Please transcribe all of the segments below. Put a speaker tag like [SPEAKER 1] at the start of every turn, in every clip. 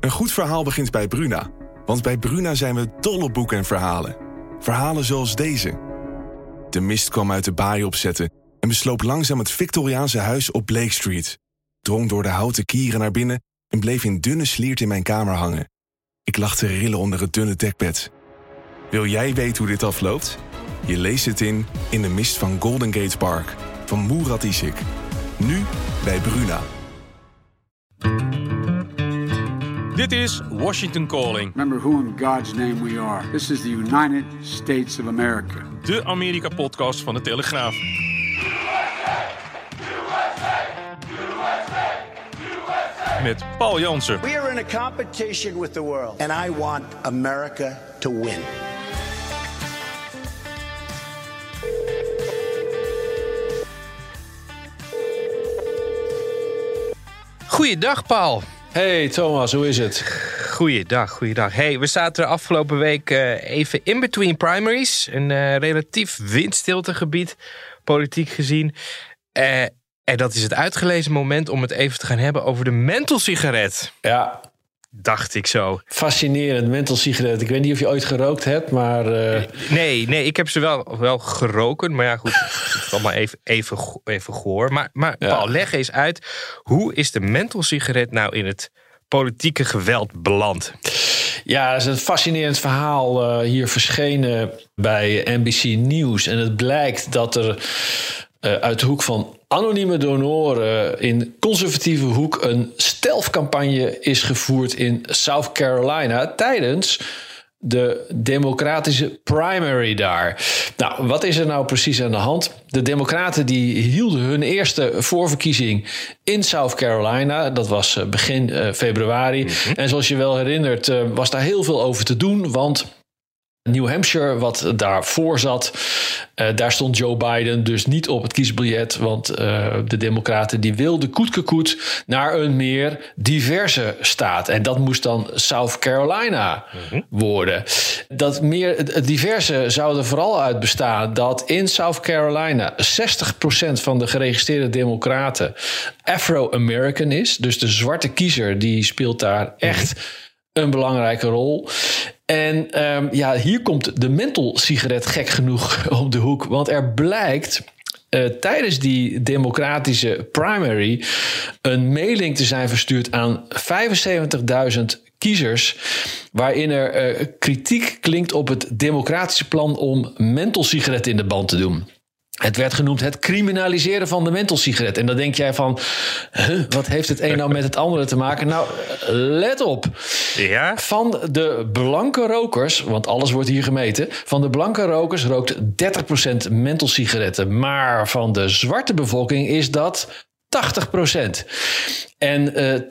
[SPEAKER 1] Een goed verhaal begint bij Bruna. Want bij Bruna zijn we dol op boeken en verhalen. Verhalen zoals deze. De mist kwam uit de baai opzetten en besloop langzaam het Victoriaanse huis op Blake Street. Drong door de houten kieren naar binnen en bleef in dunne sliert in mijn kamer hangen. Ik lag te rillen onder het dunne dekbed. Wil jij weten hoe dit afloopt? Je leest het in de mist van Golden Gate Park van Murat Isik. Nu bij Bruna.
[SPEAKER 2] Dit is Washington Calling.
[SPEAKER 3] Remember who in God's name we are. This is the United States of America.
[SPEAKER 2] De Amerika-podcast van de Telegraaf. Met Paul Jansen.
[SPEAKER 4] We are in a competition with the world. And I want America to win.
[SPEAKER 5] Goeiedag, Paul.
[SPEAKER 6] Hey Thomas, hoe is het?
[SPEAKER 5] Goeiedag. Hey, we zaten er afgelopen week even in between primaries. Een relatief windstiltegebied, politiek gezien. En dat is het uitgelezen moment om het even te gaan hebben over de mentholsigaret.
[SPEAKER 6] Ja.
[SPEAKER 5] Dacht ik zo.
[SPEAKER 6] Fascinerend, mentholsigaret. Ik weet niet of je ooit gerookt hebt, maar...
[SPEAKER 5] Nee, ik heb ze wel geroken. Maar ja, goed, het is allemaal even goor. Maar ja. Paul, leg eens uit. Hoe is de mentholsigaret nou in het politieke geweld beland?
[SPEAKER 6] Ja, dat is een fascinerend verhaal hier verschenen bij NBC News. En het blijkt dat er uit de hoek van anonieme donoren in conservatieve hoek een stealth-campagne is gevoerd in South Carolina tijdens de democratische primary daar. Nou, wat is er nou precies aan de hand? De democraten die hielden hun eerste voorverkiezing in South Carolina. Dat was begin februari. Mm-hmm. En zoals je wel herinnert was daar heel veel over te doen, want New Hampshire, wat daarvoor zat, daar stond Joe Biden dus niet op het kiesbiljet. Want de democraten die wilden koet naar een meer diverse staat. En dat moest dan South Carolina worden. Dat meer diverse zou er vooral uit bestaan dat in South Carolina 60% van de geregistreerde democraten Afro-American is. Dus de zwarte kiezer die speelt daar echt een belangrijke rol. En hier komt de mentholsigaret gek genoeg op de hoek. Want er blijkt tijdens die democratische primary een mailing te zijn verstuurd aan 75.000 kiezers, waarin er kritiek klinkt op het democratische plan om mentholsigaretten in de band te doen. Het werd genoemd het criminaliseren van de mentholsigaret. En dan denk jij van, wat heeft het een nou met het andere te maken? Nou, let op.
[SPEAKER 5] Ja?
[SPEAKER 6] Van de blanke rokers, want alles wordt hier gemeten, van de blanke rokers rookt 30% mentholsigaretten. Maar van de zwarte bevolking is dat 80%. En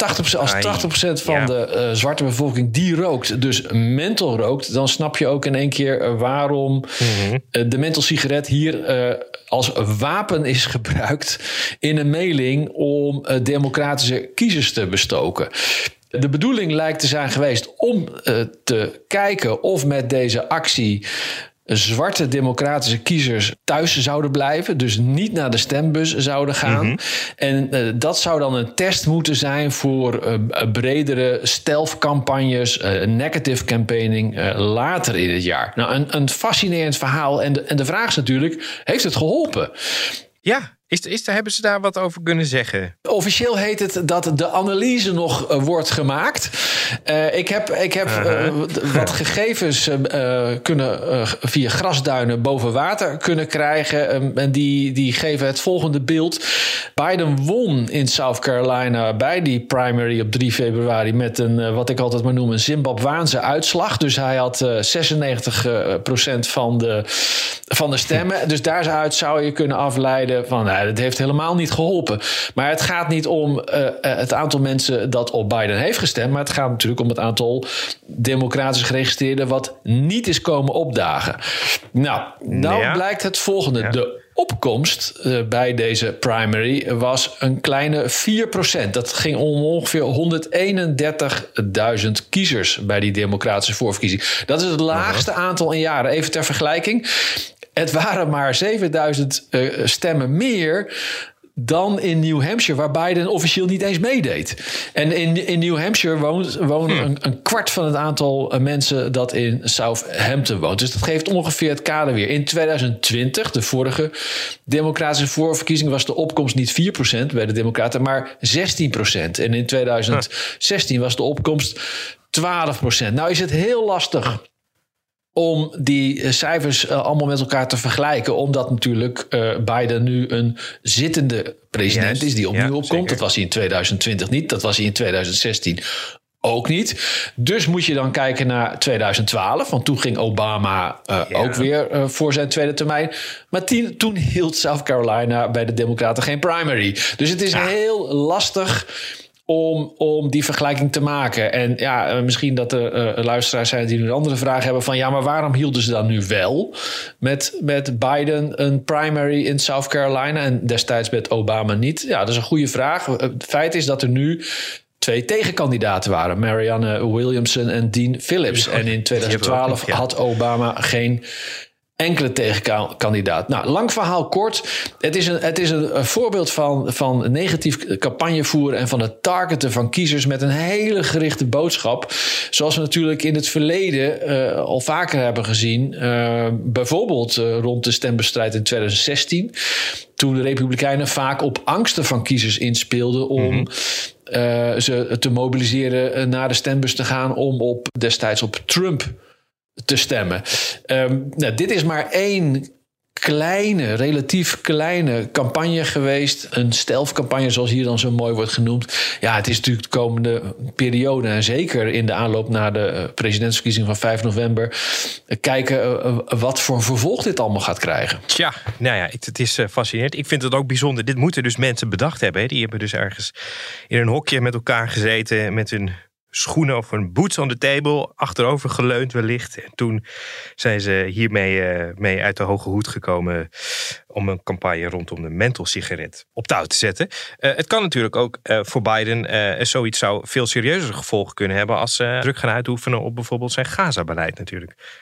[SPEAKER 6] 80% van de zwarte bevolking die rookt, dus menthol rookt, dan snap je ook in één keer waarom de mentholsigaret hier als wapen is gebruikt in een mailing om democratische kiezers te bestoken. De bedoeling lijkt te zijn geweest om te kijken of met deze actie zwarte democratische kiezers thuis zouden blijven, dus niet naar de stembus zouden gaan. En dat zou dan een test moeten zijn voor bredere stealth-campagnes, negative campaigning later in het jaar. Nou, een fascinerend verhaal. En de vraag is natuurlijk, heeft het geholpen?
[SPEAKER 5] Ja. Hebben ze daar wat over kunnen zeggen?
[SPEAKER 6] Officieel heet het dat de analyse nog wordt gemaakt. Ik heb wat gegevens kunnen via grasduinen boven water kunnen krijgen. En die geven het volgende beeld. Biden won in South Carolina bij die primary op 3 februari... met een, wat ik altijd maar noem, een Zimbabwaanse uitslag. Dus hij had 96% van de stemmen. Dus daaruit zou je kunnen afleiden van, dat heeft helemaal niet geholpen. Maar het gaat niet om het aantal mensen dat op Biden heeft gestemd, maar het gaat natuurlijk om het aantal democratisch geregistreerden wat niet is komen opdagen. Nou blijkt het volgende. Ja. De opkomst bij deze primary was een kleine 4%. Dat ging om ongeveer 131.000 kiezers bij die democratische voorverkiezing. Dat is het laagste aantal in jaren. Even ter vergelijking. Het waren maar 7.000 stemmen meer dan in New Hampshire, waar Biden officieel niet eens meedeed. En in New Hampshire wonen een kwart van het aantal mensen dat in Southampton woont. Dus dat geeft ongeveer het kader weer. In 2020, de vorige democratische voorverkiezing, was de opkomst niet 4% bij de Democraten, maar 16%. En in 2016 was de opkomst 12%. Nou is het heel lastig om die cijfers allemaal met elkaar te vergelijken. Omdat natuurlijk Biden nu een zittende president is die opnieuw opkomt. Zeker. Dat was hij in 2020 niet. Dat was hij in 2016 ook niet. Dus moet je dan kijken naar 2012. Want toen ging Obama ook weer voor zijn tweede termijn. Maar toen hield South Carolina bij de Democraten geen primary. Dus het is heel lastig om die vergelijking te maken. En ja, misschien dat er luisteraars zijn die nu een andere vraag hebben van maar waarom hielden ze dan nu wel met Biden een primary in South Carolina en destijds met Obama niet? Ja, dat is een goede vraag. Het feit is dat er nu 2 tegenkandidaten waren. Marianne Williamson en Dean Phillips. En in 2012 had Obama geen enkele tegenkandidaat. Nou, lang verhaal kort. Het is een voorbeeld van negatief campagne voeren en van het targeten van kiezers met een hele gerichte boodschap. Zoals we natuurlijk in het verleden al vaker hebben gezien. Bijvoorbeeld rond de stembestrijd in 2016. Toen de Republikeinen vaak op angsten van kiezers inspeelden om ze te mobiliseren naar de stembus te gaan om destijds op Trump te stemmen. Dit is maar één relatief kleine campagne geweest. Een stealth-campagne, zoals hier dan zo mooi wordt genoemd. Ja, het is natuurlijk de komende periode, en zeker in de aanloop naar de presidentsverkiezing van 5 november... kijken wat voor vervolg dit allemaal gaat krijgen.
[SPEAKER 5] Tja, nou ja, het is fascinerend. Ik vind het ook bijzonder. Dit moeten dus mensen bedacht hebben. Hè? Die hebben dus ergens in een hokje met elkaar gezeten met hun schoenen of een boots on the table, achterover geleund wellicht. En toen zijn ze hiermee uit de hoge hoed gekomen om een campagne rondom de mentholsigaret op touw te zetten. Het kan natuurlijk ook voor Biden zoiets zou veel serieuzer gevolgen kunnen hebben als ze druk gaan uitoefenen op bijvoorbeeld zijn Gaza-beleid natuurlijk.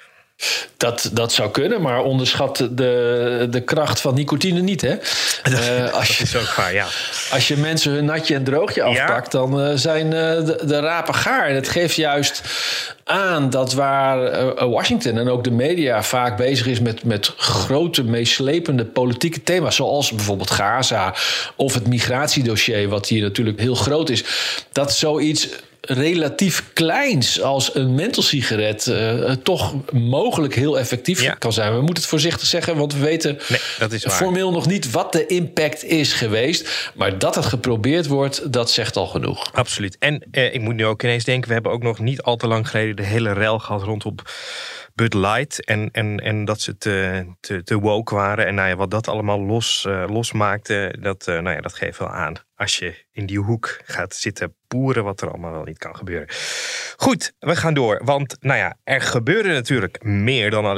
[SPEAKER 6] Dat zou kunnen, maar onderschat de kracht van nicotine niet, hè?
[SPEAKER 5] Dat is ook waar, ja.
[SPEAKER 6] Als je mensen hun natje en droogje afpakt, dan zijn de rapen gaar. En het geeft juist aan dat waar Washington en ook de media vaak bezig is met grote, meeslepende politieke thema's, zoals bijvoorbeeld Gaza of het migratiedossier, wat hier natuurlijk heel groot is, dat zoiets relatief kleins als een mentholsigaret toch mogelijk heel effectief kan zijn. We moeten het voorzichtig zeggen, want we weten formeel nog niet wat de impact is geweest. Maar dat het geprobeerd wordt, dat zegt al genoeg.
[SPEAKER 5] Absoluut. En ik moet nu ook ineens denken, we hebben ook nog niet al te lang geleden de hele rel gehad rondom Bud Light en dat ze te woke waren. En nou ja, wat dat allemaal losmaakte, dat geeft wel aan. Als je in die hoek gaat zitten boeren, wat er allemaal wel niet kan gebeuren. Goed, we gaan door. Want er gebeurde natuurlijk meer dan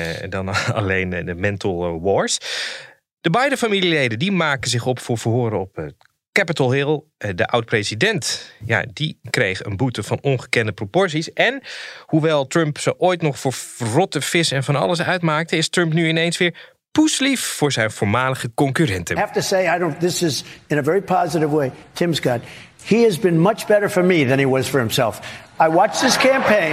[SPEAKER 5] alleen de mental wars. De beide familieleden die maken zich op voor verhoren op Capitol Hill. De oud-president, die kreeg een boete van ongekende proporties. En hoewel Trump ze ooit nog voor rotte vis en van alles uitmaakte, is Trump nu ineens weer poeslief voor zijn voormalige concurrenten.
[SPEAKER 4] I have to say, this is in a very positive way, Tim Scott. He has been much better for me than he was for himself. I watched his campaign,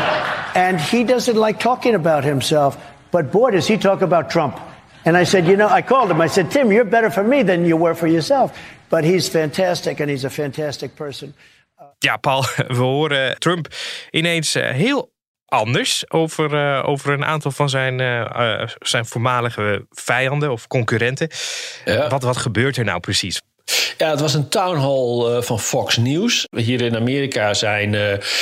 [SPEAKER 4] and he doesn't like talking about himself. But boy, does he talk about Trump. And I said, I called him. I said, Tim, you're better for me than you were for yourself. But he's fantastic, and he's a fantastic person.
[SPEAKER 5] Ja, Paul, we horen Trump ineens heel anders over een aantal van zijn voormalige vijanden of concurrenten. Ja. Wat gebeurt er nou precies?
[SPEAKER 6] Ja, het was een town hall van Fox News. Hier in Amerika zijn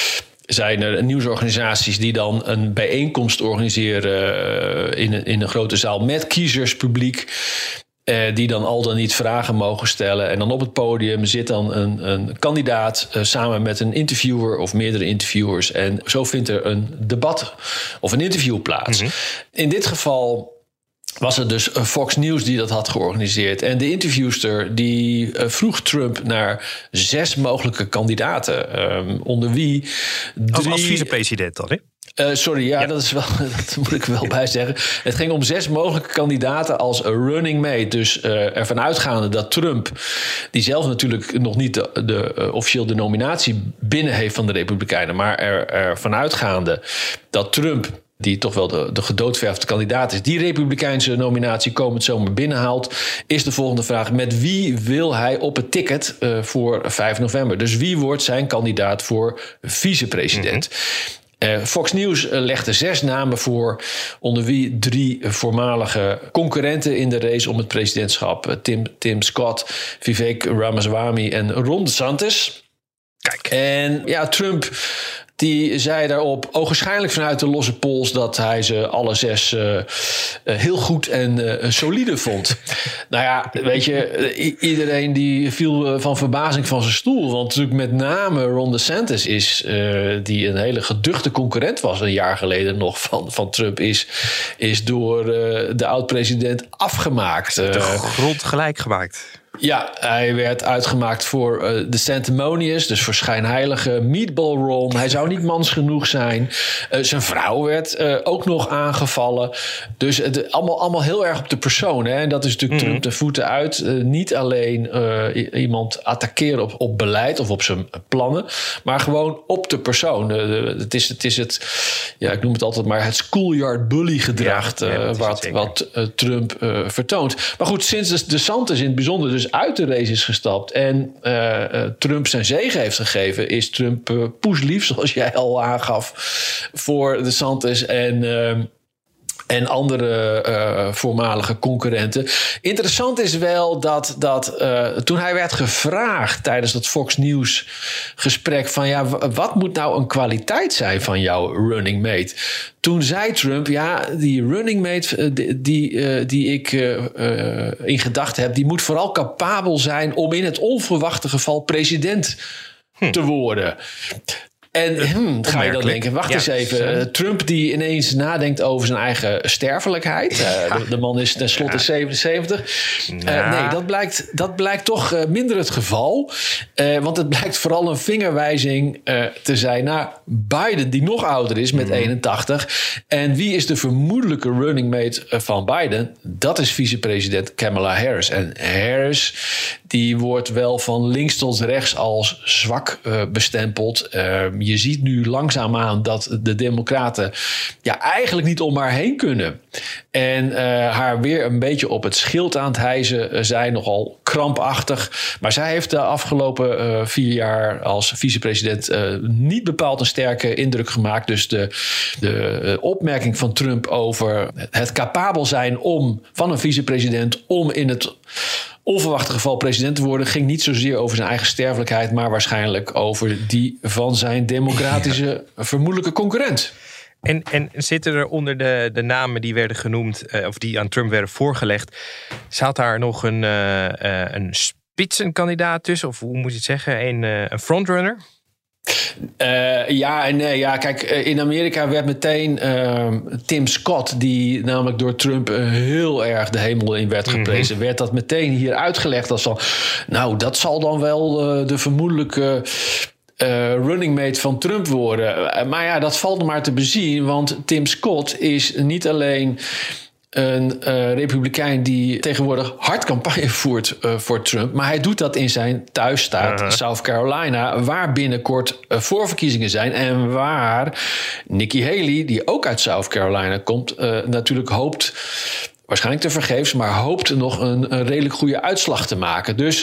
[SPEAKER 6] er nieuwsorganisaties die dan een bijeenkomst organiseren in een grote zaal met kiezerspubliek. Die dan al dan niet vragen mogen stellen. En dan op het podium zit dan een kandidaat samen met een interviewer of meerdere interviewers. En zo vindt er een debat of een interview plaats. Mm-hmm. In dit geval was het dus Fox News die dat had georganiseerd. En de interviewster die vroeg Trump naar 6 mogelijke kandidaten. Onder wie 3...
[SPEAKER 5] Als vicepresident dan, hè?
[SPEAKER 6] Dat moet ik er wel bij zeggen. Het ging om 6 mogelijke kandidaten als running mate. Dus ervan uitgaande dat Trump, die zelf natuurlijk nog niet officieel de nominatie binnen heeft van de Republikeinen, maar ervan uitgaande dat Trump, die toch wel de gedoodverfde kandidaat is, die Republikeinse nominatie komend zomer binnenhaalt, is de volgende vraag: met wie wil hij op het ticket voor 5 november? Dus wie wordt zijn kandidaat voor vicepresident? Fox News legde 6 namen voor, onder wie 3 voormalige concurrenten in de race om het presidentschap: Tim Scott, Vivek Ramaswamy en Ron DeSantis.
[SPEAKER 5] Kijk.
[SPEAKER 6] En ja, Trump die zei daarop, ogenschijnlijk vanuit de losse pols, dat hij ze alle 6 heel goed en solide vond. Nou ja, weet je, iedereen die viel van verbazing van zijn stoel. Want natuurlijk met name Ron DeSantis die een hele geduchte concurrent was een jaar geleden nog van Trump, is door de oud-president afgemaakt.
[SPEAKER 5] De grond gelijk gemaakt.
[SPEAKER 6] Ja, hij werd uitgemaakt voor de sanctimonious, dus voor schijnheilige Meatball Ron. Hij zou niet mans genoeg zijn. Zijn vrouw werd ook nog aangevallen. Dus het allemaal heel erg op de persoon. Hè? En dat is natuurlijk Trump de voeten uit. Niet alleen iemand attackeren op beleid of op zijn plannen, maar gewoon op de persoon. Het is het, ja, ik noem het altijd maar het schoolyard bully gedrag wat Trump vertoont. Maar goed, sinds DeSantis in het bijzonder dus uit de race is gestapt en Trump zijn zege heeft gegeven, is Trump poeslief, zoals jij al aangaf, voor DeSantis en andere voormalige concurrenten. Interessant is wel dat toen hij werd gevraagd tijdens dat Fox News gesprek van ja, wat moet nou een kwaliteit zijn van jouw running mate? Toen zei Trump, ja, die running mate die ik in gedachten heb, die moet vooral capabel zijn om in het onverwachte geval president te worden. En ga je dan denken, wacht eens even. Trump die ineens nadenkt over zijn eigen sterfelijkheid. De man is tenslotte 77. Nee, dat blijkt toch minder het geval. Want het blijkt vooral een vingerwijzing te zijn naar Biden, die nog ouder is met 81. En wie is de vermoedelijke running mate van Biden? Dat is vicepresident Kamala Harris. En Harris, die wordt wel van links tot rechts als zwak bestempeld. Je ziet nu langzaamaan dat de Democraten eigenlijk niet om haar heen kunnen. En haar weer een beetje op het schild aan het hijsen zijn, nogal krampachtig. Maar zij heeft de afgelopen 4 jaar als vicepresident niet bepaald een sterke indruk gemaakt. Dus de opmerking van Trump over het capabel zijn van een vicepresident om in het onverwachte geval president te worden, ging niet zozeer over zijn eigen sterfelijkheid, maar waarschijnlijk over die van zijn democratische vermoedelijke concurrent.
[SPEAKER 5] En zitten er onder de namen die werden genoemd, of die aan Trump werden voorgelegd, zat daar nog een spitsenkandidaat tussen? Of hoe moet je het zeggen? Een frontrunner?
[SPEAKER 6] Ja en nee. Ja, kijk, in Amerika werd meteen Tim Scott, die namelijk door Trump heel erg de hemel in werd geprezen, werd dat meteen hier uitgelegd als van, nou, dat zal dan wel de vermoedelijke running mate van Trump worden. Maar ja, dat valt maar te bezien, want Tim Scott is niet alleen een republikein die tegenwoordig hard campagne voert voor Trump, maar hij doet dat in zijn thuisstaat South Carolina, waar binnenkort voorverkiezingen zijn en waar Nikki Haley, die ook uit South Carolina komt, natuurlijk hoopt, waarschijnlijk tevergeefs, maar hoopt nog een redelijk goede uitslag te maken. Dus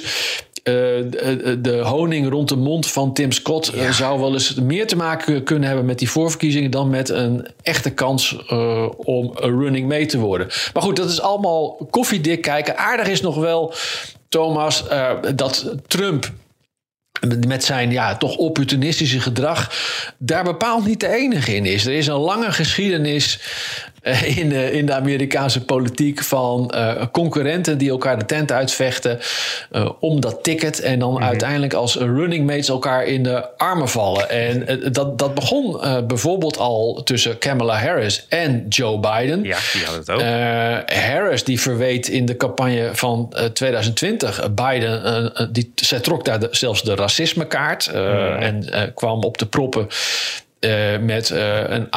[SPEAKER 6] de honing rond de mond van Tim Scott zou wel eens meer te maken kunnen hebben met die voorverkiezingen dan met een echte kans om een running mate te worden. Maar goed, dat is allemaal koffiedik kijken. Aardig is nog wel, Thomas, dat Trump met zijn toch opportunistische gedrag daar bepaald niet de enige in is. Er is een lange geschiedenis in de Amerikaanse politiek van concurrenten die elkaar de tent uitvechten om dat ticket en dan uiteindelijk als running mates elkaar in de armen vallen. En dat begon bijvoorbeeld al tussen Kamala Harris en Joe Biden.
[SPEAKER 5] Ja, die had het ook.
[SPEAKER 6] Harris die verweet in de campagne van 2020 Biden, zij trok daar zelfs de racismekaart en kwam op de proppen met een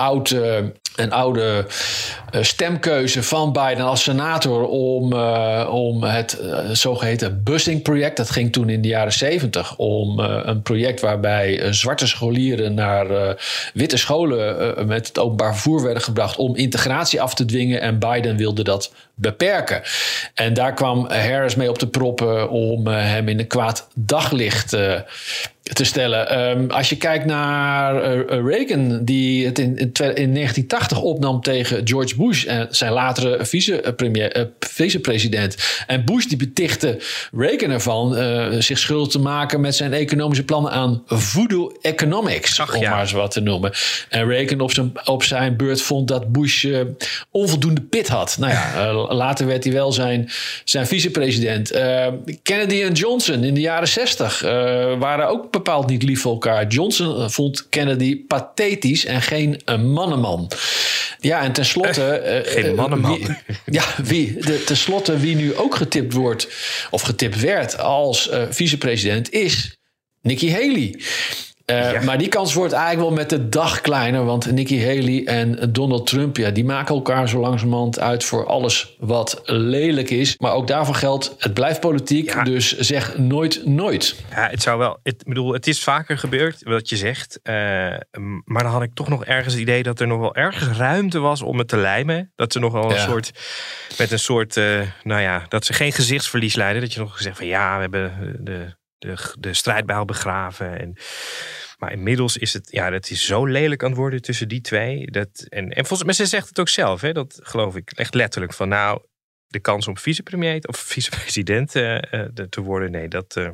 [SPEAKER 6] oude stemkeuze van Biden als senator om het zogeheten busing-project. Dat ging toen in de jaren 70 om een project waarbij zwarte scholieren naar witte scholen met het openbaar vervoer werden gebracht om integratie af te dwingen. En Biden wilde dat beperken. En daar kwam Harris mee op de proppen om hem in een kwaad daglicht te stellen. Als je kijkt naar Reagan, die het in 1980 opnam tegen George Bush, zijn latere vicepresident. En Bush die betichtte Reagan ervan zich schuldig te maken met zijn economische plannen aan voodoo economics, om maar eens wat te noemen. En Reagan op zijn beurt vond dat Bush onvoldoende pit had. Nou ja, later werd hij wel zijn vicepresident. Kennedy en Johnson in de jaren 60 waren ook bepaald niet lief voor elkaar. Johnson vond Kennedy pathetisch en geen mannenman. Ja, en tenslotte
[SPEAKER 5] geen mannenman.
[SPEAKER 6] Tenslotte wie nu ook getipt wordt of getipt werd als vicepresident is Nikki Haley. Maar die kans wordt eigenlijk wel met de dag kleiner. Want Nikki Haley en Donald Trump, die maken elkaar zo langzamerhand uit voor alles wat lelijk is. Maar ook daarvan geldt, het blijft politiek. Dus zeg nooit nooit.
[SPEAKER 5] Ja, het zou wel. Het is vaker gebeurd, wat je zegt. Maar dan had ik toch nog ergens het idee dat er nog wel ergens ruimte was om het te lijmen. Dat ze nog wel een soort dat ze geen gezichtsverlies leiden. Dat je nog gezegd van we hebben de strijdbijl begraven. Maar inmiddels is het is zo lelijk aan het worden tussen die twee. En volgens mij, ze zegt het ook zelf, hè, dat geloof ik echt letterlijk. Van de kans om vicepremier of vicepresident te worden, nee,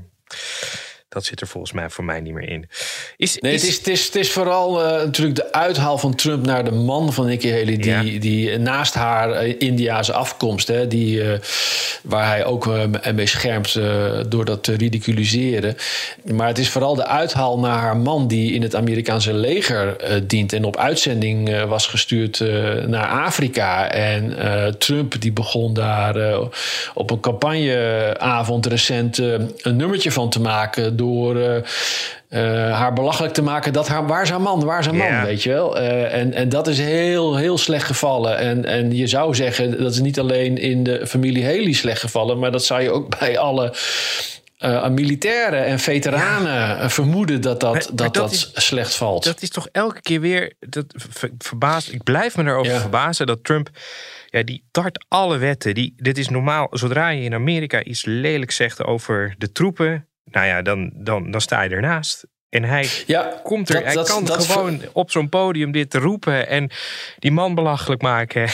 [SPEAKER 5] dat zit er volgens mij voor mij niet meer in.
[SPEAKER 6] Het is vooral natuurlijk de uithaal van Trump naar de man van Nikki Haley, die naast haar Indiase afkomst, waar hij ook mee schermt door dat te ridiculiseren. Maar het is vooral de uithaal naar haar man die in het Amerikaanse leger dient en op uitzending was gestuurd naar Afrika. En Trump die begon daar op een campagneavond recent een nummertje van te maken door haar belachelijk te maken dat waar is haar man, weet je wel. En dat is heel, heel slecht gevallen. En je zou zeggen, dat is niet alleen in de familie Haley slecht gevallen, maar dat zou je ook bij alle militairen en veteranen vermoeden dat slecht valt.
[SPEAKER 5] Dat is toch elke keer weer verbaasd. Ik blijf me daarover verbazen dat Trump, die tart alle wetten. Dit is normaal. Zodra je in Amerika iets lelijk zegt over de troepen, dan sta je ernaast. En hij komt er. Hij kan gewoon op zo'n podium dit roepen en die man belachelijk maken.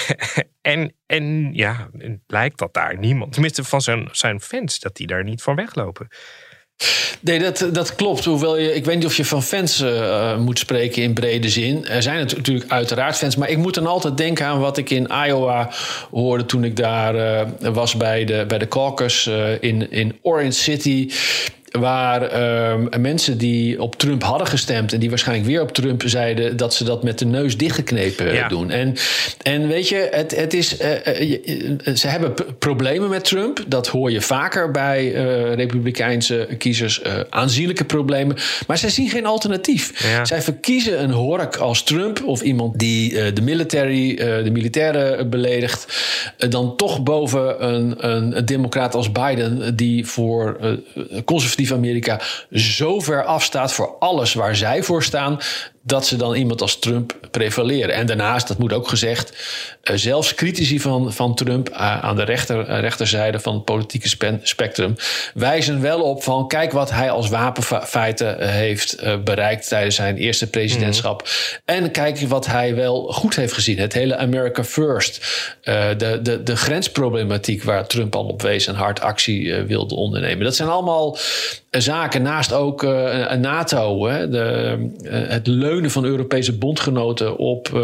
[SPEAKER 5] en het lijkt dat daar niemand, tenminste van zijn fans, dat die daar niet van weglopen.
[SPEAKER 6] Nee, dat klopt. Hoewel ik weet niet of je van fans moet spreken in brede zin. Er zijn natuurlijk uiteraard fans. Maar ik moet dan altijd denken aan wat ik in Iowa hoorde toen ik daar was bij de caucus in Orange City. Waar mensen die op Trump hadden gestemd en die waarschijnlijk weer op Trump zeiden dat ze dat met de neus dichtgeknepen doen. En weet je, het is, ze hebben problemen met Trump. Dat hoor je vaker bij Republikeinse kiezers. Aanzienlijke problemen. Maar zij zien geen alternatief. Ja. Zij verkiezen een hork als Trump of iemand die de militairen beledigt. Dan toch boven een democraat als Biden die voor conservatief Amerika zo ver afstaat voor alles waar zij voor staan, dat ze dan iemand als Trump prevaleren. En daarnaast, dat moet ook gezegd, zelfs critici van Trump aan de rechterzijde van het politieke spectrum wijzen wel op van kijk wat hij als wapenfeiten heeft bereikt tijdens zijn eerste presidentschap. En kijk wat hij wel goed heeft gezien. Het hele America First. De grensproblematiek waar Trump al op wees en hard actie wilde ondernemen. Dat zijn allemaal zaken naast ook NATO. Het leunen van Europese bondgenoten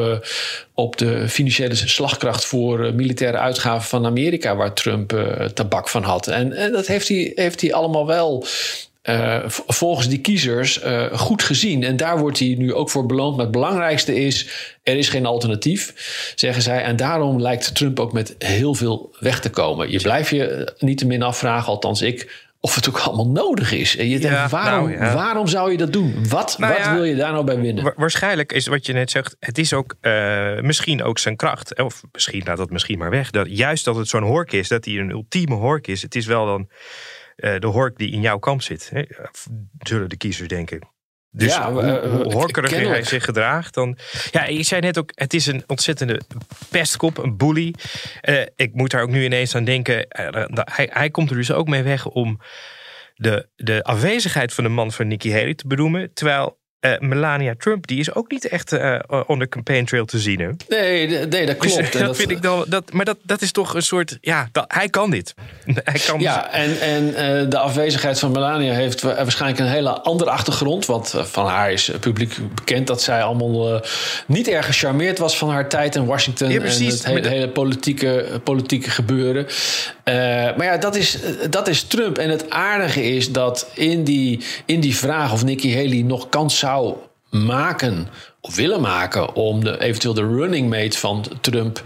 [SPEAKER 6] op de financiële slagkracht voor militaire uitgaven van Amerika, waar Trump tabak van had. En dat heeft hij allemaal wel volgens die kiezers goed gezien. En daar wordt hij nu ook voor beloond. Maar het belangrijkste is, er is geen alternatief, zeggen zij. En daarom lijkt Trump ook met heel veel weg te komen. Je blijft je niettemin afvragen, althans ik, of het ook allemaal nodig is. En je denkt, waarom zou je dat doen? Wat wil je daar nou bij winnen?
[SPEAKER 5] Waarschijnlijk is wat je net zegt, het is ook misschien ook zijn kracht. Of misschien laat dat misschien maar weg. Juist dat het zo'n hork is, dat hij een ultieme hork is. Het is wel dan de hork die in jouw kamp zit. Hè? Zullen de kiezers denken. Dus hoe horkeriger hij zich gedraagt, dan... Ja, je zei net ook, het is een ontzettende pestkop, een bully. Ik moet daar ook nu ineens aan denken. Hij komt er dus ook mee weg om de afwezigheid van de man van Nikki Haley te benoemen. Terwijl Melania Trump, die is ook niet echt on the campaign trail te zien. Hè?
[SPEAKER 6] Nee, dat klopt.
[SPEAKER 5] Dus, dat vind ik dan. Maar dat is toch een soort. Ja, hij kan dit. Hij kan
[SPEAKER 6] en de afwezigheid van Melania heeft waarschijnlijk een hele andere achtergrond. Want van haar is publiek bekend dat zij allemaal niet erg gecharmeerd was van haar tijd in Washington. Ja, precies. En het hele politieke gebeuren. Maar ja, dat is Trump. En het aardige is dat in die vraag of Nikki Haley nog kans zou maken of willen maken om eventueel de running mate van Trump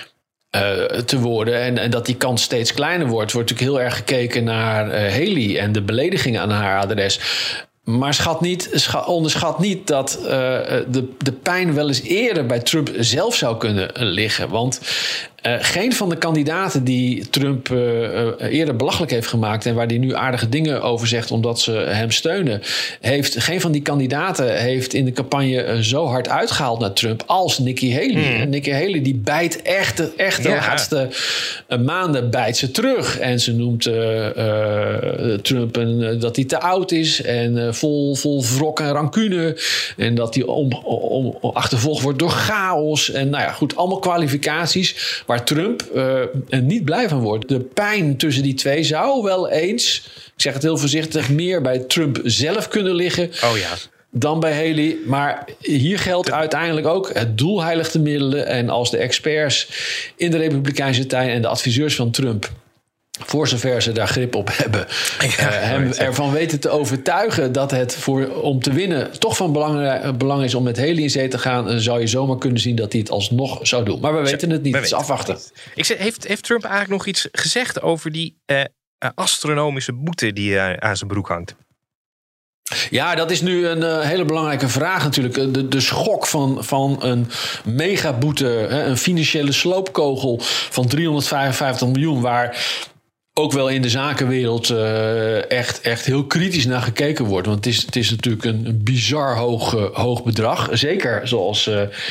[SPEAKER 6] te worden en dat die kans steeds kleiner wordt natuurlijk heel erg gekeken naar Haley en de beledigingen aan haar adres. Maar onderschat niet dat de pijn wel eens eerder bij Trump zelf zou kunnen liggen. Want geen van de kandidaten die Trump eerder belachelijk heeft gemaakt en waar hij nu aardige dingen over zegt omdat ze hem steunen, geen van die kandidaten heeft in de campagne zo hard uitgehaald naar Trump als Nikki Haley. En Nikki Haley die bijt echt de laatste maanden bijt ze terug. En ze noemt Trump dat hij te oud is en vol wrok en rancune. En dat hij achtervolgd wordt door chaos. En nou ja, goed, allemaal kwalificaties waar Trump niet blij van wordt. De pijn tussen die twee zou wel eens, ik zeg het heel voorzichtig, meer bij Trump zelf kunnen liggen.
[SPEAKER 5] Oh ja.
[SPEAKER 6] Dan bij Haley. Maar hier geldt uiteindelijk ook het doel heiligt de middelen. En als de experts in de Republikeinse partij en de adviseurs van Trump, voor zover ze daar grip op hebben, hem ervan weten te overtuigen dat het om te winnen toch van belang is om met Haley in zee te gaan, dan zou je zomaar kunnen zien dat hij het alsnog zou doen. Maar we weten het niet. Het is afwachten.
[SPEAKER 5] Heeft Trump eigenlijk nog iets gezegd over die astronomische boete die aan zijn broek hangt?
[SPEAKER 6] Ja, dat is nu een hele belangrijke vraag natuurlijk. De schok van een megaboete, een financiële sloopkogel van 355 miljoen... waar ook wel in de zakenwereld echt heel kritisch naar gekeken wordt. Want het is natuurlijk een bizar hoog bedrag. Zeker zoals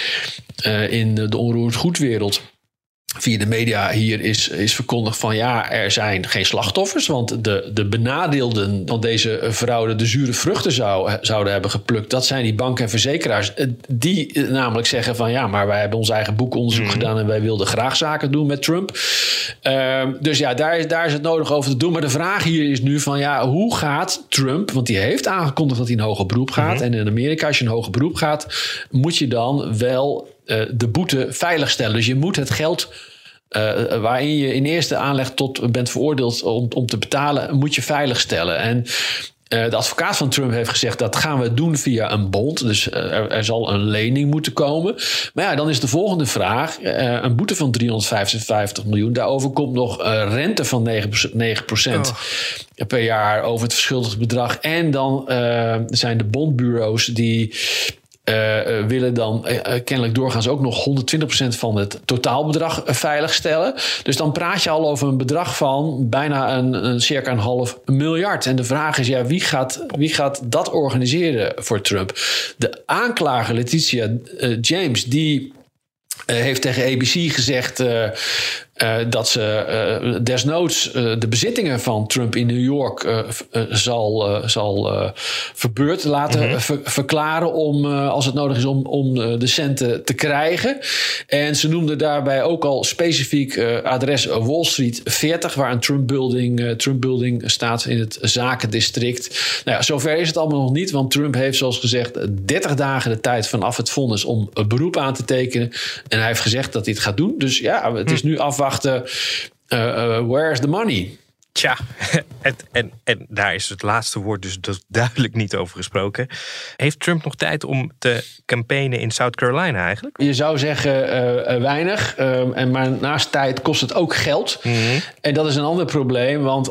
[SPEAKER 6] in de onroerend goedwereld via de media hier is verkondigd van ja, er zijn geen slachtoffers. Want de benadeelden van deze fraude de zure vruchten zouden hebben geplukt. Dat zijn die banken en verzekeraars. Die namelijk zeggen van ja, maar wij hebben ons eigen boekonderzoek gedaan en wij wilden graag zaken doen met Trump. Dus ja, daar is het nodig over te doen. Maar de vraag hier is nu van ja, hoe gaat Trump, want die heeft aangekondigd dat hij een hoger beroep gaat. En in Amerika, als je een hoger beroep gaat, moet je dan wel de boete veiligstellen. Dus je moet het geld waarin je in eerste aanleg tot bent veroordeeld om te betalen, moet je veiligstellen. En de advocaat van Trump heeft gezegd dat gaan we doen via een bond. Dus er zal een lening moeten komen. Maar ja, dan is de volgende vraag. Een boete van 355 miljoen. Daarover komt nog rente van 9% per jaar over het verschuldigde bedrag. En dan zijn de bondbureaus die willen dan kennelijk doorgaans ook nog 120% van het totaalbedrag veiligstellen. Dus dan praat je al over een bedrag van bijna circa een $500 miljoen. En de vraag is, ja, wie gaat dat organiseren voor Trump? De aanklager Letitia James, die heeft tegen ABC gezegd dat ze desnoods de bezittingen van Trump in New York zal verbeurd laten verklaren om, als het nodig is, om de centen te krijgen. En ze noemde daarbij ook al specifiek adres Wall Street 40, waar een Trump Building staat in het zakendistrict. Nou ja, zover is het allemaal nog niet, want Trump heeft zoals gezegd 30 dagen de tijd vanaf het vonnis om een beroep aan te tekenen. En hij heeft gezegd dat hij het gaat doen. Dus ja, het is nu afwachten. Where's the money?
[SPEAKER 5] Tja, en daar is het laatste woord dus duidelijk niet over gesproken. Heeft Trump nog tijd om te campaignen in South Carolina eigenlijk?
[SPEAKER 6] Je zou zeggen weinig. Maar naast tijd kost het ook geld. Mm-hmm. En dat is een ander probleem. Want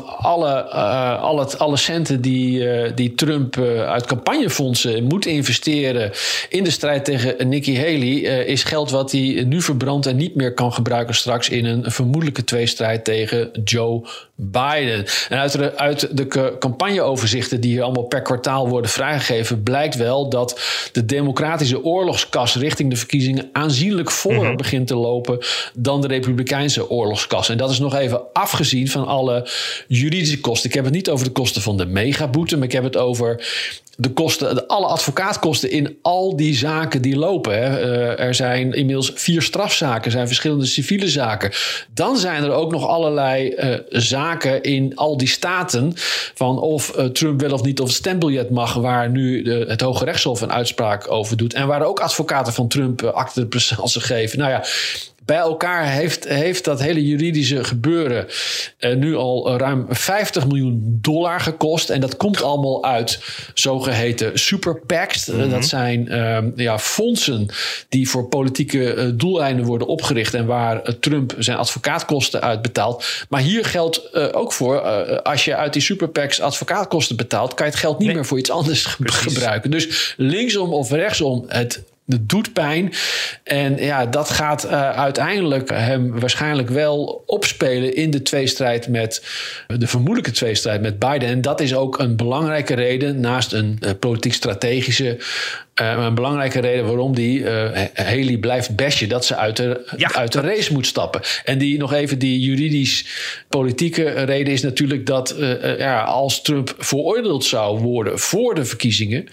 [SPEAKER 6] alle centen die Trump uit campagnefondsen moet investeren in de strijd tegen Nikki Haley, is geld wat hij nu verbrandt en niet meer kan gebruiken straks in een vermoedelijke tweestrijd tegen Joe Biden. En uit de campagneoverzichten die hier allemaal per kwartaal worden vrijgegeven, blijkt wel dat de democratische oorlogskas richting de verkiezingen aanzienlijk voller begint te lopen dan de republikeinse oorlogskas. En dat is nog even afgezien van alle juridische kosten. Ik heb het niet over de kosten van de megaboete, maar ik heb het over de kosten, alle advocaatkosten in al die zaken die lopen. Hè. Er zijn inmiddels 4 strafzaken, er zijn verschillende civiele zaken. Dan zijn er ook nog allerlei zaken in al die staten van of Trump wel of niet op het stembiljet mag, waar nu het Hoge Rechtshof een uitspraak over doet. En waar ook advocaten van Trump acte de présence geven. Nou ja, bij elkaar heeft dat hele juridische gebeuren nu al ruim $50 miljoen gekost. En dat komt allemaal uit zogeheten super PACs. Dat zijn fondsen die voor politieke doeleinden worden opgericht en waar Trump zijn advocaatkosten uitbetaalt. Maar hier geldt ook voor, als je uit die super PACs advocaatkosten betaalt, kan je het geld niet meer voor iets anders gebruiken. Dus linksom of rechtsom, het doet pijn. En ja, dat gaat uiteindelijk hem waarschijnlijk wel opspelen in de tweestrijd met de vermoedelijke tweestrijd met Biden. En dat is ook een belangrijke reden, naast een politiek-strategische, een belangrijke reden waarom die Haley blijft bashen, dat ze uit de race moet stappen. En die juridisch-politieke reden is natuurlijk dat als Trump veroordeeld zou worden voor de verkiezingen,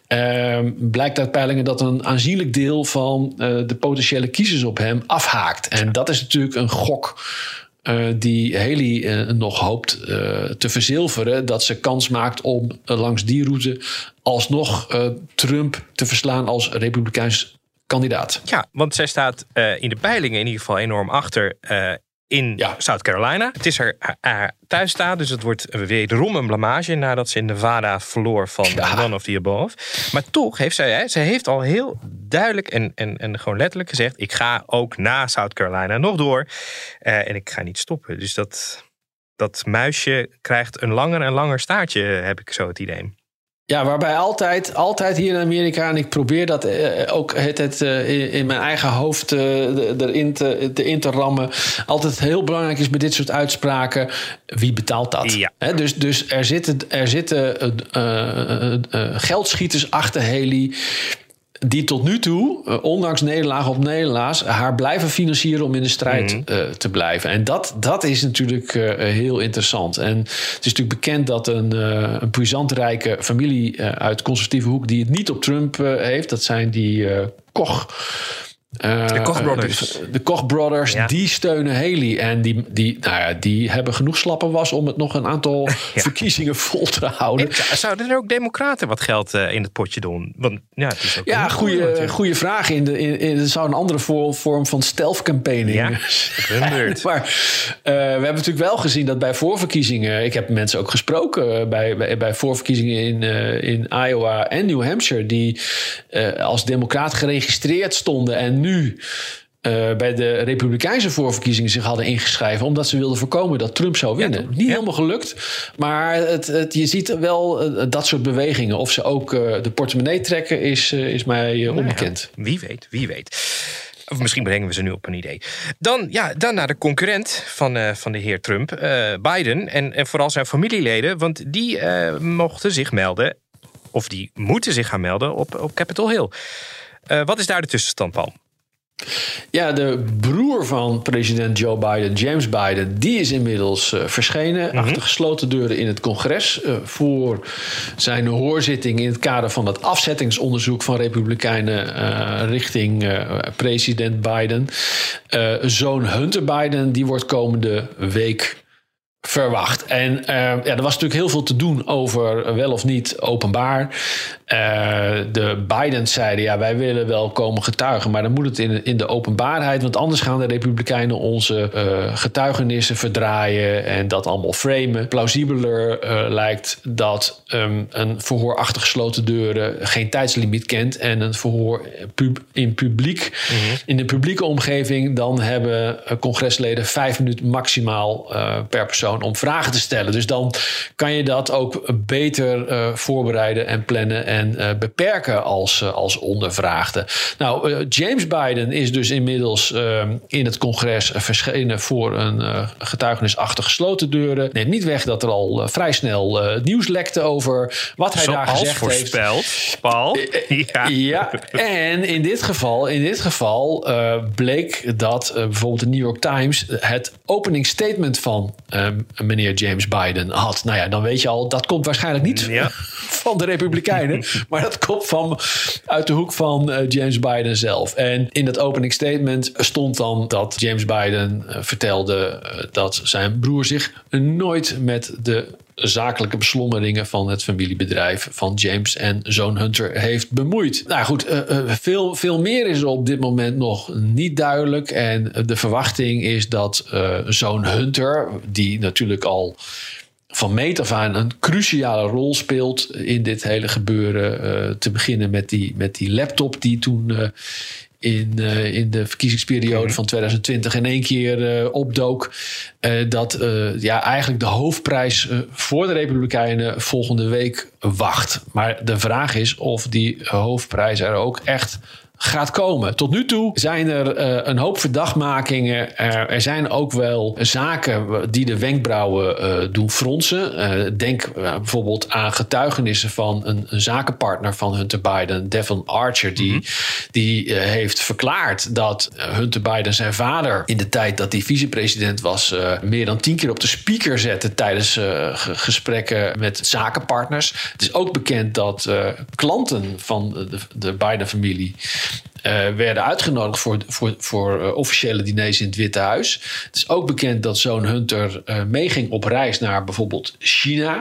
[SPEAKER 6] blijkt uit peilingen dat een aanzienlijk deel van de potentiële kiezers op hem afhaakt. En dat is natuurlijk een gok die Haley nog hoopt te verzilveren, dat ze kans maakt om langs die route alsnog Trump te verslaan als republikeins kandidaat.
[SPEAKER 5] Ja, want zij staat in de peilingen in ieder geval enorm achter in South Carolina. Het is haar thuisstaat, dus het wordt wederom een blamage nadat ze in Nevada verloor van one of the above. Maar toch heeft zij heeft al heel duidelijk en gewoon letterlijk gezegd, ik ga ook na South Carolina nog door en ik ga niet stoppen. Dus dat muisje krijgt een langer en langer staartje, heb ik zo het idee.
[SPEAKER 6] Ja, waarbij altijd hier in Amerika, en ik probeer dat ook in mijn eigen hoofd erin te rammen, altijd heel belangrijk is bij dit soort uitspraken, wie betaalt dat? Ja. Dus er zitten geldschieters achter Haley die tot nu toe, ondanks nederlaag op nederlaag, haar blijven financieren om in de strijd te blijven. En dat is natuurlijk heel interessant. En het is natuurlijk bekend dat een puissantrijke familie uit conservatieve hoek die het niet op Trump heeft, dat zijn die Koch.
[SPEAKER 5] De Koch brothers.
[SPEAKER 6] De Koch brothers, die steunen Haley. En die hebben genoeg slappe was om het nog een aantal verkiezingen vol te houden.
[SPEAKER 5] Zouden er ook democraten wat geld in het potje doen? Want het is ook
[SPEAKER 6] goede vraag. Het zou een andere vorm van stealth campaigning.
[SPEAKER 5] Ja,
[SPEAKER 6] maar we hebben natuurlijk wel gezien dat bij voorverkiezingen, ik heb mensen ook gesproken bij voorverkiezingen in Iowa en New Hampshire, die als democraat geregistreerd stonden en nu bij de republikeinse voorverkiezingen zich hadden ingeschreven, omdat ze wilden voorkomen dat Trump zou winnen. Niet helemaal gelukt, maar je ziet wel dat soort bewegingen. Of ze ook de portemonnee trekken is mij onbekend.
[SPEAKER 5] Wie weet. Of misschien brengen we ze nu op een idee. Dan naar de concurrent van de heer Trump, Biden. En vooral zijn familieleden, want die mochten zich melden, of die moeten zich gaan melden op Capitol Hill. Wat is daar de tussenstand, Paul?
[SPEAKER 6] Ja, de broer van president Joe Biden, James Biden, die is inmiddels verschenen achter gesloten deuren in het congres voor zijn hoorzitting in het kader van het afzettingsonderzoek van Republikeinen richting president Biden. Zoon Hunter Biden, die wordt komende week verwacht. En er was natuurlijk heel veel te doen over wel of niet openbaar. De Bidens zeiden, wij willen wel komen getuigen, maar dan moet het in de openbaarheid, want anders gaan de Republikeinen onze getuigenissen verdraaien en dat allemaal framen. Plausibeler lijkt dat een verhoor achter gesloten deuren geen tijdslimiet kent en een verhoor in de publieke omgeving, dan hebben congresleden 5 minuten maximaal per persoon om vragen te stellen. Dus dan kan je dat ook beter voorbereiden en plannen en beperken als ondervraagde. Nou, James Biden is dus inmiddels in het congres verschenen voor een getuigenis achter gesloten deuren. Neemt niet weg dat er al vrij snel nieuws lekte over wat hij daar gezegd
[SPEAKER 2] voorspeld,
[SPEAKER 6] heeft.
[SPEAKER 2] Paul.
[SPEAKER 6] Ja, en in dit geval bleek dat bijvoorbeeld de New York Times het opening statement van meneer James Biden had. Nou ja, dan weet je al, dat komt waarschijnlijk niet van de Republikeinen, maar dat komt uit de hoek van James Biden zelf. En in dat opening statement stond dan dat James Biden vertelde dat zijn broer zich nooit met de zakelijke beslommeringen van het familiebedrijf van James en zoon Hunter heeft bemoeid. Nou goed, veel meer is er op dit moment nog niet duidelijk. En de verwachting is dat zoon Hunter, die natuurlijk al van meet af aan een cruciale rol speelt in dit hele gebeuren, te beginnen met die laptop die toen in de verkiezingsperiode van 2020 in één keer opdook. Dat eigenlijk de hoofdprijs voor de Republikeinen volgende week wacht. Maar de vraag is of die hoofdprijs er ook echt gaat komen. Tot nu toe zijn er een hoop verdachtmakingen. Er zijn ook wel zaken die de wenkbrauwen doen fronsen. Denk bijvoorbeeld aan getuigenissen van een zakenpartner van Hunter Biden, Devon Archer, die heeft verklaard dat Hunter Biden zijn vader in de tijd dat hij vicepresident was meer dan 10 keer op de speaker zette tijdens gesprekken met zakenpartners. Het is ook bekend dat klanten van de Biden-familie werden uitgenodigd voor officiële diners in het Witte Huis. Het is ook bekend dat zoon Hunter meeging op reis naar bijvoorbeeld China.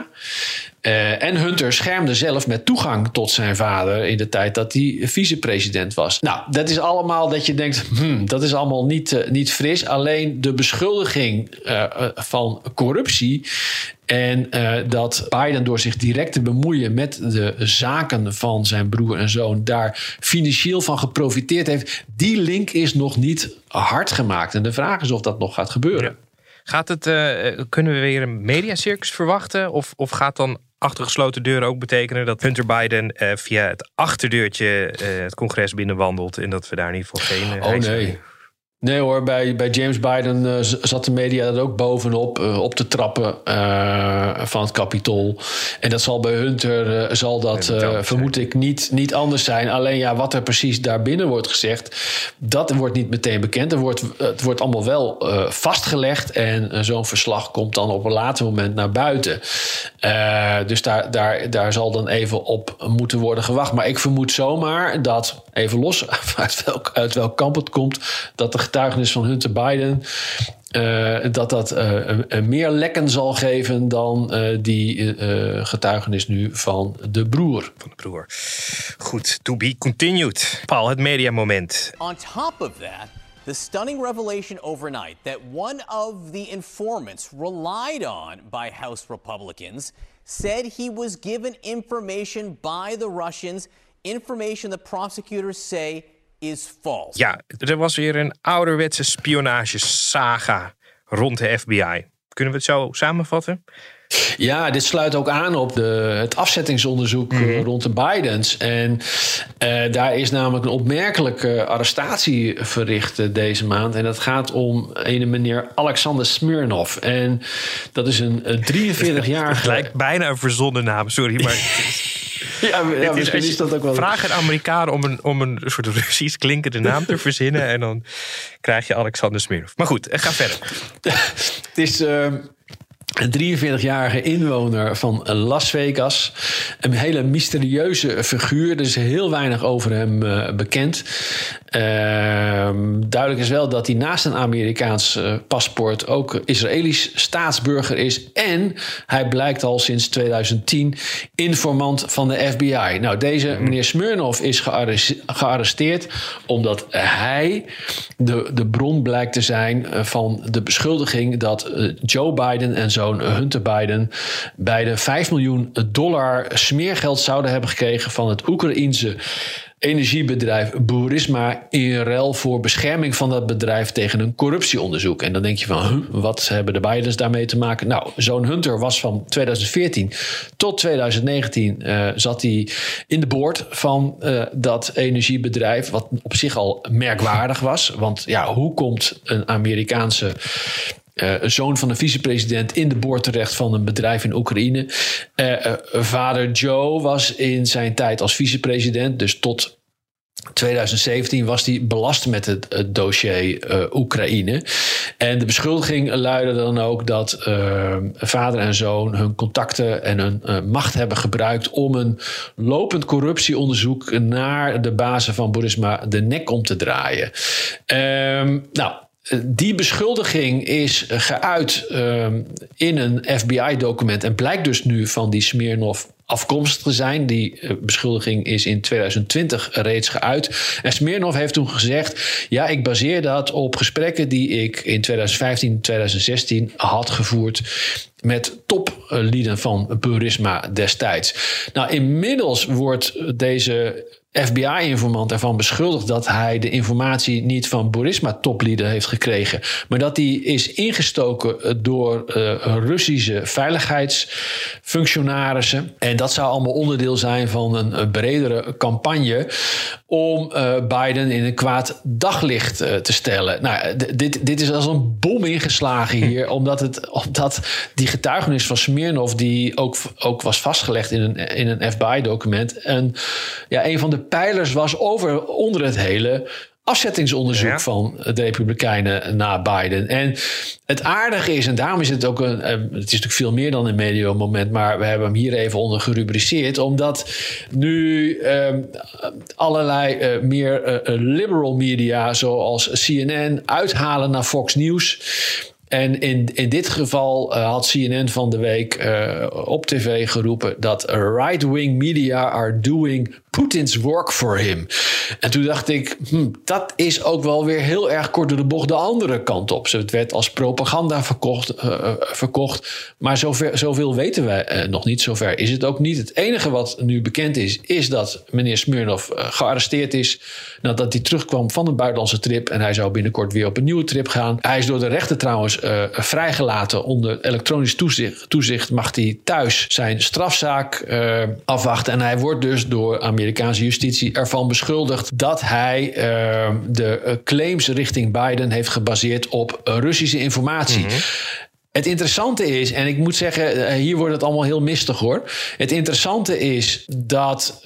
[SPEAKER 6] En Hunter schermde zelf met toegang tot zijn vader in de tijd dat hij vicepresident was. Nou, dat is allemaal dat je denkt, dat is allemaal niet fris. Alleen de beschuldiging van corruptie en dat Biden door zich direct te bemoeien met de zaken van zijn broer en zoon daar financieel van geprofiteerd heeft, die link is nog niet hard gemaakt. En de vraag is of dat nog gaat gebeuren.
[SPEAKER 5] Ja. Kunnen we weer een mediacircus verwachten? Of gaat dan achter gesloten deuren ook betekenen dat Hunter Biden via het achterdeurtje het congres binnenwandelt en dat we daar in ieder geval geen...
[SPEAKER 6] nee. Nee hoor, bij James Biden zat de media er ook bovenop op de trappen van het Capitool. En dat zal bij Hunter, vermoed ik, niet anders zijn. Alleen wat er precies daarbinnen wordt gezegd, dat wordt niet meteen bekend. Het wordt allemaal wel vastgelegd en zo'n verslag komt dan op een later moment naar buiten. Dus daar zal dan even op moeten worden gewacht. Maar ik vermoed zomaar dat, even los uit welk kamp het komt, dat de getuigenis van Hunter Biden dat meer lekken zal geven dan die getuigenis nu van de broer.
[SPEAKER 5] Goed, to be continued. Paul, het mediamoment.
[SPEAKER 7] On top of that, the stunning revelation overnight that one of the informants relied on by House Republicans said he was given information by the Russians, information the prosecutors say is false.
[SPEAKER 5] Ja, er was weer een ouderwetse spionagesaga rond de FBI. Kunnen we het zo samenvatten?
[SPEAKER 6] Ja, dit sluit ook aan op het afzettingsonderzoek rond de Bidens. En daar is namelijk een opmerkelijke arrestatie verricht deze maand. En dat gaat om een meneer Alexander Smirnov. En dat is een 43-jarige...
[SPEAKER 5] Het lijkt bijna een verzonnen naam, sorry, maar...
[SPEAKER 6] Ja, misschien is dat ook wel...
[SPEAKER 5] Vraag een Amerikaan om een soort Russisch klinkende naam te verzinnen en dan krijg je Alexander Smirnov. Maar goed, ga verder.
[SPEAKER 6] Het is... Een 43-jarige inwoner van Las Vegas. Een hele mysterieuze figuur. Er is heel weinig over hem bekend. Duidelijk is wel dat hij naast een Amerikaans paspoort ook Israëlisch staatsburger is. En hij blijkt al sinds 2010 informant van de FBI. Nou, deze meneer Smirnov is gearresteerd omdat hij de bron blijkt te zijn van de beschuldiging dat Joe Biden en zoon Hunter Biden beide $5 miljoen smeergeld zouden hebben gekregen van het Oekraïense energiebedrijf Burisma in ruil voor bescherming van dat bedrijf tegen een corruptieonderzoek. En dan denk je van, wat hebben de Bidens daarmee te maken? Nou, zoon Hunter was van 2014 tot 2019 zat hij in de board van dat energiebedrijf, wat op zich al merkwaardig was. Want ja, hoe komt een Amerikaanse zoon van een vicepresident in de boord terecht van een bedrijf in Oekraïne? Vader Joe was in zijn tijd als vicepresident, dus tot 2017 was hij belast met het dossier Oekraïne. En de beschuldiging luidde dan ook dat vader en zoon hun contacten en hun macht hebben gebruikt om een lopend corruptieonderzoek naar de bazen van Burisma de nek om te draaien. Die beschuldiging is geuit in een FBI-document en blijkt dus nu van die Smirnov afkomstig te zijn. Die beschuldiging is in 2020 reeds geuit. En Smirnov heeft toen gezegd, ja, ik baseer dat op gesprekken die ik in 2015, 2016 had gevoerd met toplieden van Burisma destijds. Nou, inmiddels wordt deze FBI-informant ervan beschuldigd dat hij de informatie niet van Burisma-toplieden heeft gekregen, maar dat die is ingestoken door Russische veiligheidsfunctionarissen. En dat zou allemaal onderdeel zijn van een bredere campagne om Biden in een kwaad daglicht te stellen. Nou, dit is als een bom ingeslagen hier, omdat die getuigenis van Smirnov, die ook was vastgelegd in een FBI-document, en ja, een van de pijlers was onder het hele afzettingsonderzoek van de Republikeinen na Biden. En het aardige is, en daarom is het ook het is natuurlijk veel meer dan een media-moment, maar we hebben hem hier even onder gerubriceerd, omdat nu allerlei meer liberal media zoals CNN uithalen naar Fox News. En in dit geval had CNN van de week op tv geroepen dat right-wing media are doing Putin's work for him. En toen dacht ik, dat is ook wel weer heel erg kort door de bocht de andere kant op. Het werd als propaganda verkocht. Maar zoveel weten wij nog niet. Zover is het ook niet. Het enige wat nu bekend is dat meneer Smirnov gearresteerd is nadat hij terugkwam van een buitenlandse trip. En hij zou binnenkort weer op een nieuwe trip gaan. Hij is door de rechter trouwens vrijgelaten. Onder elektronisch toezicht mag hij thuis zijn strafzaak afwachten. En hij wordt dus door Amerikaanse justitie ervan beschuldigd dat hij de claims richting Biden heeft gebaseerd op Russische informatie. Mm-hmm. Het interessante is, en ik moet zeggen, hier wordt het allemaal heel mistig hoor. Het interessante is dat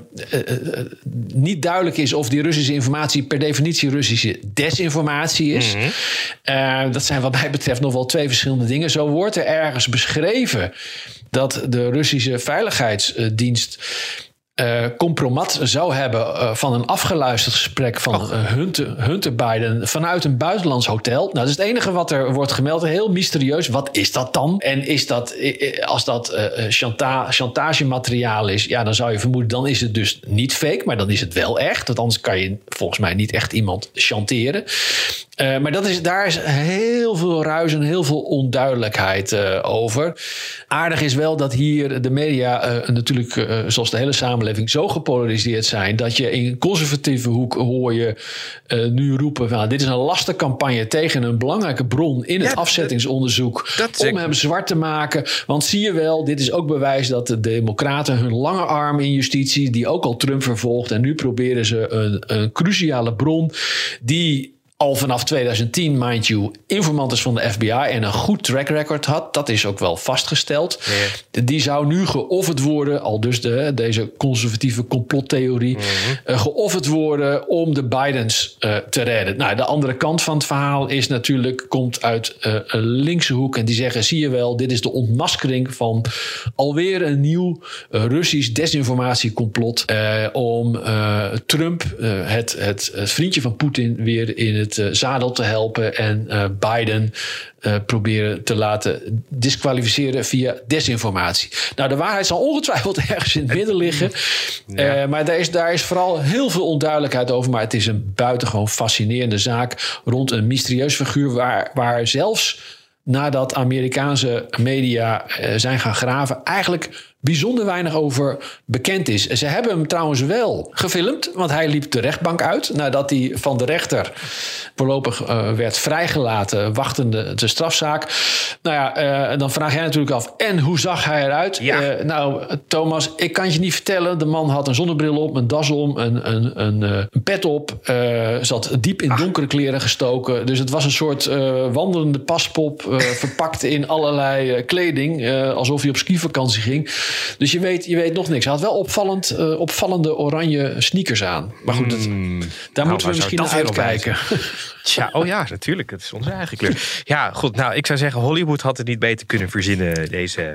[SPEAKER 6] niet duidelijk is of die Russische informatie per definitie Russische desinformatie is. Mm-hmm. Dat zijn wat mij betreft nog wel twee verschillende dingen. Zo wordt er ergens beschreven dat de Russische veiligheidsdienst compromat zou hebben van een afgeluisterd gesprek van Hunter Biden vanuit een buitenlands hotel. Nou, dat is het enige wat er wordt gemeld. Heel mysterieus. Wat is dat dan? En is dat, als dat chantagemateriaal is, ja, dan zou je vermoeden, dan is het dus niet fake, maar dan is het wel echt. Want anders kan je volgens mij niet echt iemand chanteren. Maar daar is heel veel ruis en heel veel onduidelijkheid over. Aardig is wel dat hier de media natuurlijk, zoals de hele samenleving, zo gepolariseerd zijn dat je in conservatieve hoek hoor je nu roepen van, dit is een lastencampagne tegen een belangrijke bron in het afzettingsonderzoek om hem zwart te maken. Want zie je wel, dit is ook bewijs dat de Democraten hun lange arm in justitie, die ook al Trump vervolgt, en nu proberen ze een cruciale bron die al vanaf 2010, mind you, informant is van de FBI en een goed track record had. Dat is ook wel vastgesteld. Yeah. Die zou nu geofferd worden, al dus deze conservatieve complottheorie, geofferd worden om de Bidens te redden. Nou, de andere kant van het verhaal is natuurlijk, komt uit een linkse hoek en die zeggen, zie je wel, dit is de ontmaskering van alweer een nieuw Russisch desinformatiecomplot om Trump, het vriendje van Poetin, weer in het zadel te helpen en Biden proberen te laten disqualificeren via desinformatie. Nou, de waarheid zal ongetwijfeld ergens in het midden liggen. Ja. Maar daar is vooral heel veel onduidelijkheid over. Maar het is een buitengewoon fascinerende zaak rond een mysterieus figuur waar zelfs nadat Amerikaanse media zijn gaan graven, eigenlijk bijzonder weinig over bekend is. Ze hebben hem trouwens wel gefilmd, want hij liep de rechtbank uit nadat hij van de rechter voorlopig werd vrijgelaten, wachtende de strafzaak. Nou ja, dan vraag jij natuurlijk af, en hoe zag hij eruit? Ja. Nou, Thomas, ik kan je niet vertellen. De man had een zonnebril op, een das om, een pet op, zat diep in donkere kleren gestoken. Dus het was een soort wandelende paspop, verpakt in allerlei kleding, alsof hij op skivakantie ging. Dus je weet nog niks. Hij had wel opvallende oranje sneakers aan. Maar goed, daar moeten we misschien naar uitkijken.
[SPEAKER 5] Tja, oh ja, natuurlijk. Het is onze eigen kleur. Ja, goed. Nou, ik zou zeggen, Hollywood had het niet beter kunnen verzinnen, deze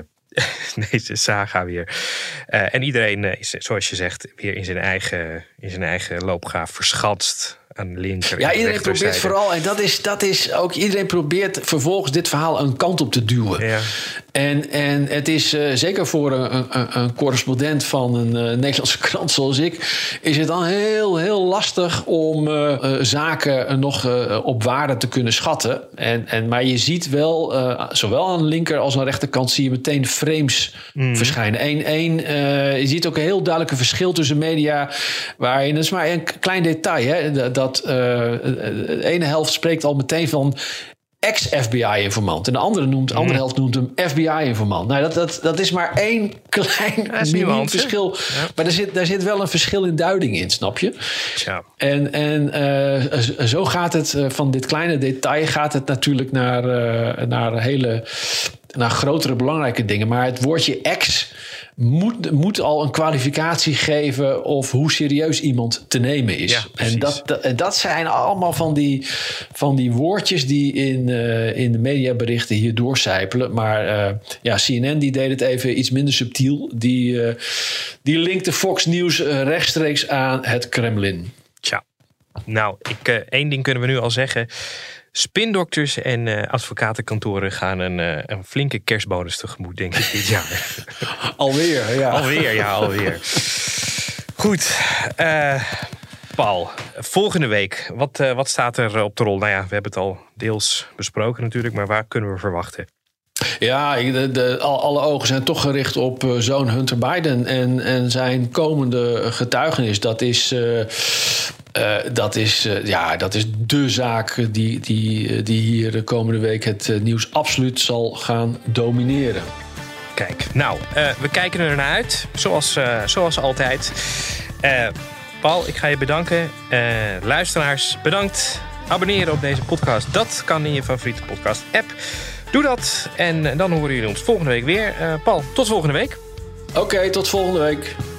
[SPEAKER 5] saga weer. En iedereen is, zoals je zegt, weer in zijn eigen loopgraaf verschanst. Aan linker.
[SPEAKER 6] Ja, iedereen probeert vooral, en dat is ook, iedereen probeert vervolgens dit verhaal een kant op te duwen. Ja. En het is zeker voor een correspondent van een Nederlandse krant zoals ik, is het dan heel, heel lastig om zaken nog op waarde te kunnen schatten. Maar je ziet wel, zowel aan de linker als aan de rechterkant zie je meteen frames verschijnen. Je ziet ook een heel duidelijk verschil tussen media, waarin, dat is maar een klein detail, hè, dat de ene helft spreekt al meteen van ex-FBI-informant. En de andere helft noemt hem FBI-informant. Nou, dat is maar één klein verschil. Ja. Maar er zit wel een verschil in duiding in, snap je? Ja. En zo gaat het, van dit kleine detail gaat het natuurlijk naar grotere belangrijke dingen. Maar het woordje ex moet al een kwalificatie geven of hoe serieus iemand te nemen is. Ja, en dat zijn allemaal van die woordjes die in de mediaberichten hier doorcijpelen. Maar CNN die deed het even iets minder subtiel. Die linkte Fox News rechtstreeks aan het Kremlin.
[SPEAKER 5] Tja, nou, één ding kunnen we nu al zeggen. Spindokters en advocatenkantoren gaan een flinke kerstbonus tegemoet, denk ik, dit jaar. Alweer. Goed. Paul, volgende week, wat staat er op de rol? Nou ja, we hebben het al deels besproken natuurlijk, maar waar kunnen we verwachten?
[SPEAKER 6] Ja, alle ogen zijn toch gericht op zoon Hunter Biden en zijn komende getuigenis. Dat is de zaak die hier de komende week het nieuws absoluut zal gaan domineren.
[SPEAKER 5] Kijk, nou, we kijken er naar uit, zoals altijd. Paul, ik ga je bedanken. Luisteraars, bedankt. Abonneren op deze podcast. Dat kan in je favoriete podcast-app. Doe dat en dan horen jullie ons volgende week weer. Paul, tot volgende week.
[SPEAKER 6] Oké, tot volgende week.